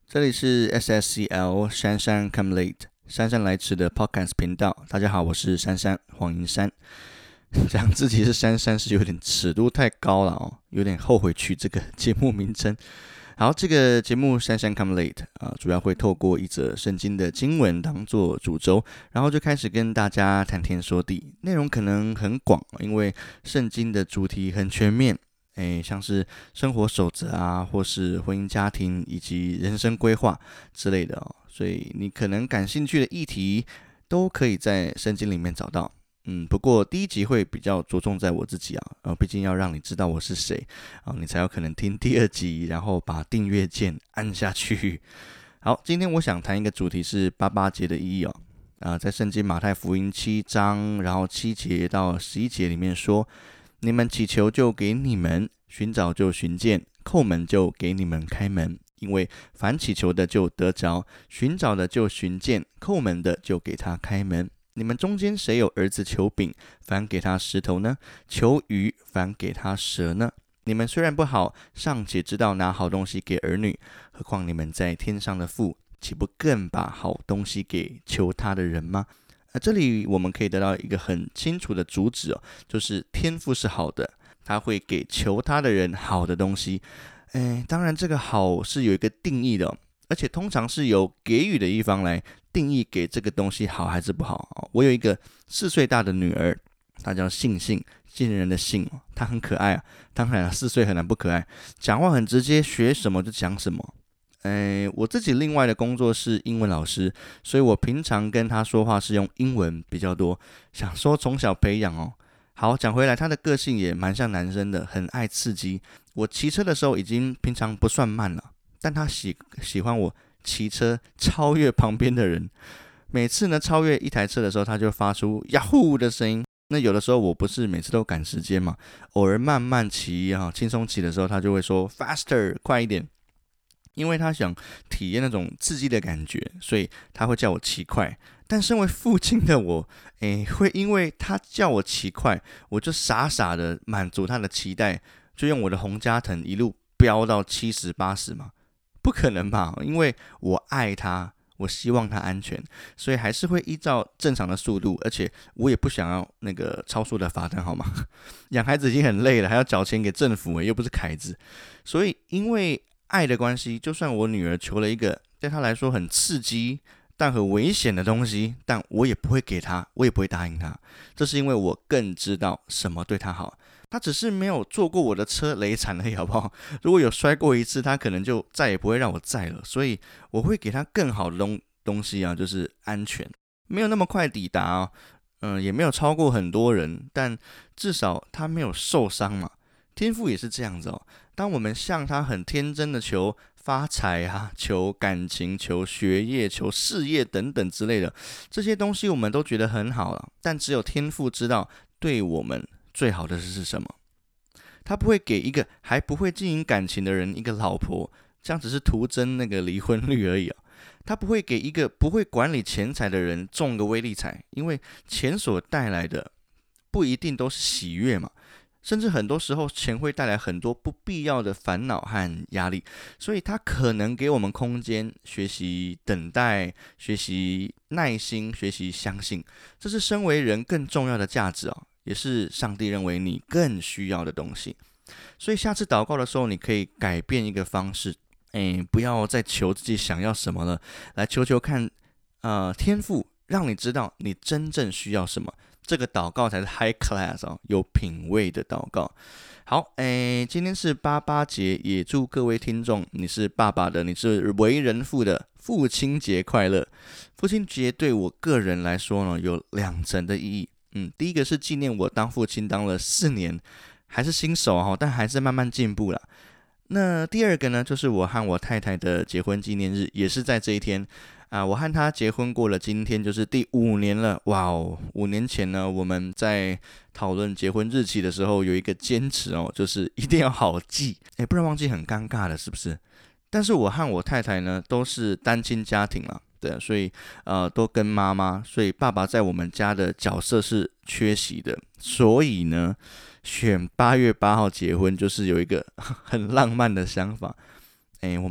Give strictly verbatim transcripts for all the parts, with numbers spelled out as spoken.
这里是 S S C L 姗姗 come late 姗姗来迟的 Podcast 频道。大家好，我是姗姗黄银山。讲自己是姗姗是有点尺度太高了哦，有点后悔取这个节目名称。好，这个节目姗姗 come late 啊、呃，主要会透过一则圣经的经文当做主轴，然后就开始跟大家谈天说地，内容可能很广，因为圣经的主题很全面。诶，像是生活守则啊，或是婚姻家庭以及人生规划之类的哦，所以你可能感兴趣的议题都可以在圣经里面找到。嗯，不过第一集会比较着重在我自己啊，呃，毕竟要让你知道我是谁啊，你才有可能听第二集，然后把订阅键按下去。好，今天我想谈一个主题是八八节的意义哦。啊、呃，在圣经马太福音七章，然后七节到十一节里面说。你们祈求就给你们，寻找就寻见，叩门就给你们开门。因为凡祈求的就得着，寻找的就寻见，叩门的就给他开门。你们中间谁有儿子求饼，反给他石头呢？求鱼，反给他蛇呢？你们虽然不好，尚且知道拿好东西给儿女，何况你们在天上的父，岂不更把好东西给求他的人吗？那这里我们可以得到一个很清楚的主旨哦，就是天父是好的，他会给求他的人好的东西。诶，当然这个好是有一个定义的哦，而且通常是由给予的一方来定义给这个东西好还是不好。我有一个四岁大的女儿，她叫信信，信人的信哦，她很可爱啊。当然了，四岁很难不可爱，讲话很直接，学什么就讲什么。诶，我自己另外的工作是英文老师，所以我平常跟他说话是用英文比较多。想说从小培养哦。好，讲回来，他的个性也蛮像男生的，很爱刺激。我骑车的时候已经平常不算慢了，但他喜喜欢我骑车超越旁边的人。每次呢超越一台车的时候，他就发出呀呼的声音。那有的时候我不是每次都赶时间嘛，偶尔慢慢骑啊，轻松骑的时候，他就会说 faster 快一点。因为他想体验那种刺激的感觉，所以他会叫我骑快。但身为父亲的我，诶，会因为他叫我骑快，我就傻傻的满足他的期待，就用我的洪嘉腾一路飙到七十八十嘛？不可能吧？因为我爱他，我希望他安全，所以还是会依照正常的速度，而且我也不想要那个超速的罚单，好吗？养孩子已经很累了，还要缴钱给政府，又不是凯子，所以因为爱的关系，就算我女儿求了一个对她来说很刺激但很危险的东西，但我也不会给她，我也不会答应她。这是因为我更知道什么对她好。她只是没有坐过我的车雷惨而已，好不好？如果有摔过一次，她可能就再也不会让我载了。所以我会给她更好的东东西啊，就是安全，没有那么快抵达哦，嗯，也没有超过很多人，但至少她没有受伤嘛。天父也是这样子哦。当我们向他很天真的求发财啊，求感情，求学业，求事业等等之类的这些东西，我们都觉得很好了。但只有天父知道对我们最好的是什么。他不会给一个还不会经营感情的人一个老婆，这样只是徒增那个离婚率而已啊。他不会给一个不会管理钱财的人中个威力彩，因为钱所带来的不一定都是喜悦嘛。甚至很多时候，钱会带来很多不必要的烦恼和压力，所以他可能给我们空间，学习等待，学习耐心，学习相信，这是身为人更重要的价值哦，也是上帝认为你更需要的东西。所以下次祷告的时候，你可以改变一个方式，哎，不要再求自己想要什么了，来求求看，呃，天父让你知道你真正需要什么。这个祷告才是 high class 哦，有品味的祷告。好，诶，今天是八八节，也祝各位听众，你是爸爸的，你是为人父的，父亲节快乐。父亲节对我个人来说呢，有两层的意义。嗯，第一个是纪念我当父亲当了四年，还是新手哈，但还是慢慢进步啦。那第二个呢，就是我和我太太的结婚纪念日，也是在这一天。啊，我和他结婚过了，今天就是第五年了，哇哦！五年前呢，我们在讨论结婚日期的时候，有一个坚持哦，就是一定要好记，哎，不然忘记很尴尬的，是不是？但是我和我太太呢，都是单亲家庭了，对，所以呃，都跟妈妈，所以爸爸在我们家的角色是缺席的，所以呢，选八月八号结婚，就是有一个很浪漫的想法，哎，我们会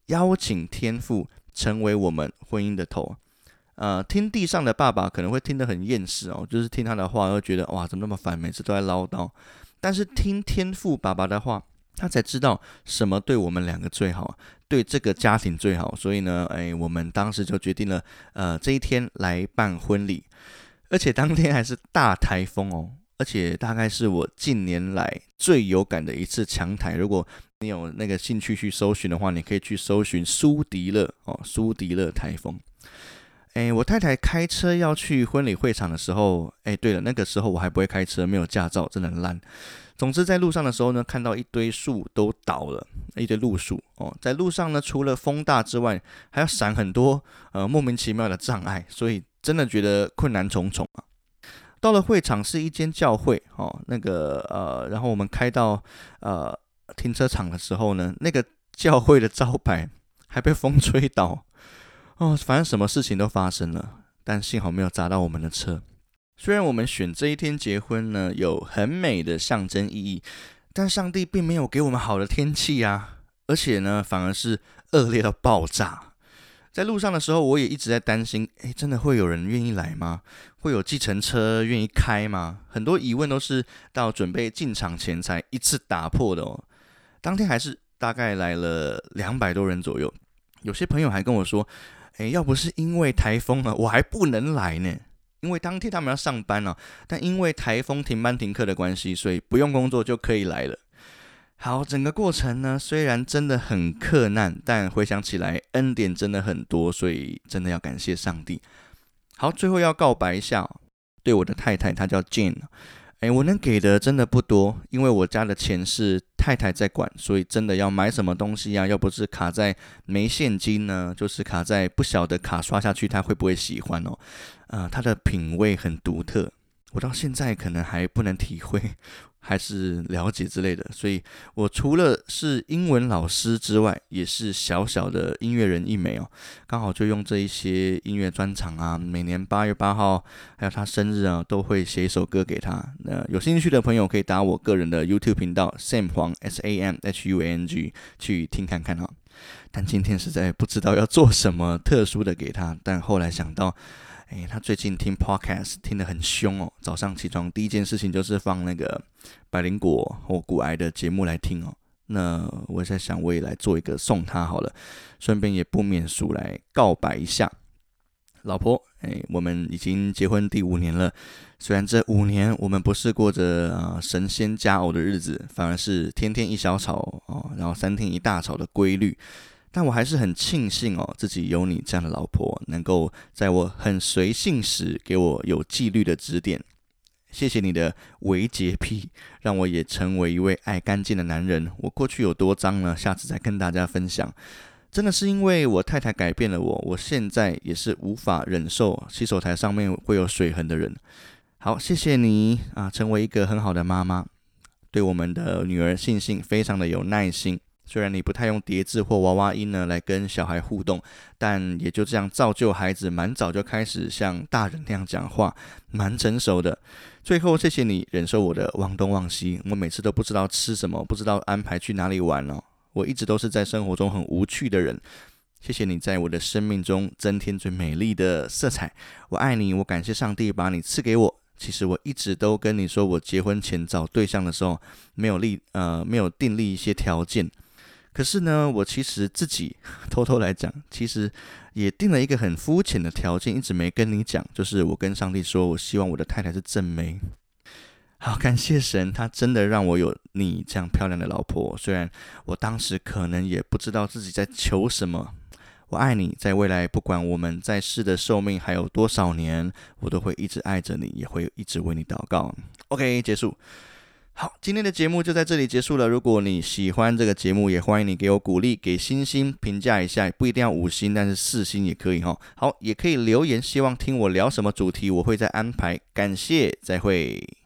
邀请天父成为我们婚姻的头。呃，听地上的爸爸可能会听得很厌世哦，就是听他的话会觉得哇，怎么那么烦，每次都在唠叨。但是听天父爸爸的话，他才知道什么对我们两个最好，对这个家庭最好。所以呢，哎，我们当时就决定了，呃，这一天来办婚礼，而且当天还是大台风哦，而且大概是我近年来最有感的一次强台。如果你有那个兴趣去搜寻的话，你可以去搜寻苏迪勒哦，苏迪勒台风。哎，我太太开车要去婚礼会场的时候，哎，对了，那个时候我还不会开车，没有驾照，真的很烂。总之，在路上的时候呢，看到一堆树都倒了，一堆路树哦，在路上呢，除了风大之外，还要闪很多呃莫名其妙的障碍，所以真的觉得困难重重啊。到了会场是一间教会哦，那个呃，然后我们开到呃停车场的时候呢，那个教会的招牌还被风吹倒。哦，反正什么事情都发生了，但幸好没有砸到我们的车。虽然我们选这一天结婚呢，有很美的象征意义，但上帝并没有给我们好的天气啊，而且呢，反而是恶劣到爆炸。在路上的时候，我也一直在担心，诶，真的会有人愿意来吗？会有计程车愿意开吗？很多疑问都是到准备进场前才一次打破的哦。当天还是大概来了两百多人左右，有些朋友还跟我说，诶，要不是因为台风啊，我还不能来呢。因为当天他们要上班啊，但因为台风停班停课的关系，所以不用工作就可以来了。好，整个过程呢，虽然真的很克难，但回想起来，恩典真的很多，所以真的要感谢上帝。好，最后要告白一下，对我的太太，她叫 Jane。哎，我能给的真的不多，因为我家的钱是太太在管，所以真的要买什么东西啊，要不是卡在没现金呢，就是卡在不晓得卡刷下去她会不会喜欢哦。呃，她的品味很独特，我到现在可能还不能体会，还是了解之类的。所以我除了是英文老师之外，也是小小的音乐人一枚哦。刚好就用这一些音乐专场啊，每年八月八号还有他生日啊，都会写一首歌给他。那有兴趣的朋友可以打我个人的 YouTube 频道 Sam Huang S A M H U A N G 去听看看哈。但今天实在不知道要做什么特殊的给他，但后来想到。哎，他最近听 podcast 听得很凶哦，早上起床第一件事情就是放那个百灵果或股癌的节目来听哦。那我在想，我也来做一个送他好了，顺便也不免俗来告白一下，老婆，哎，我们已经结婚第五年了。虽然这五年我们不是过着、呃、神仙加偶的日子，反而是天天一小吵哦，然后三天一大吵的规律。但我还是很庆幸哦，自己有你这样的老婆，能够在我很随性时给我有纪律的指点。谢谢你的微洁癖，让我也成为一位爱干净的男人。我过去有多脏呢？下次再跟大家分享。真的是因为我太太改变了我，我现在也是无法忍受洗手台上面会有水痕的人。好，谢谢你啊，成为一个很好的妈妈，对我们的女儿信信非常的有耐心。虽然你不太用叠字或娃娃音呢来跟小孩互动，但也就这样造就孩子蛮早就开始像大人那样讲话，蛮成熟的。最后，谢谢你忍受我的忘东忘西，我每次都不知道吃什么，不知道安排去哪里玩哦。我一直都是在生活中很无趣的人。谢谢你在我的生命中增添最美丽的色彩。我爱你，我感谢上帝把你赐给我。其实我一直都跟你说，我结婚前找对象的时候没有立呃没有订立一些条件。可是呢，我其实自己偷偷来讲，其实也定了一个很肤浅的条件，一直没跟你讲，就是我跟上帝说，我希望我的太太是正妹。好，感谢神，他真的让我有你这样漂亮的老婆。虽然我当时可能也不知道自己在求什么。我爱你，在未来不管我们在世的寿命还有多少年，我都会一直爱着你，也会一直为你祷告。OK， 结束。好，今天的节目就在这里结束了。如果你喜欢这个节目，也欢迎你给我鼓励，给星星评价一下，不一定要五星，但是四星也可以哈。好，也可以留言，希望听我聊什么主题，我会再安排。感谢，再会。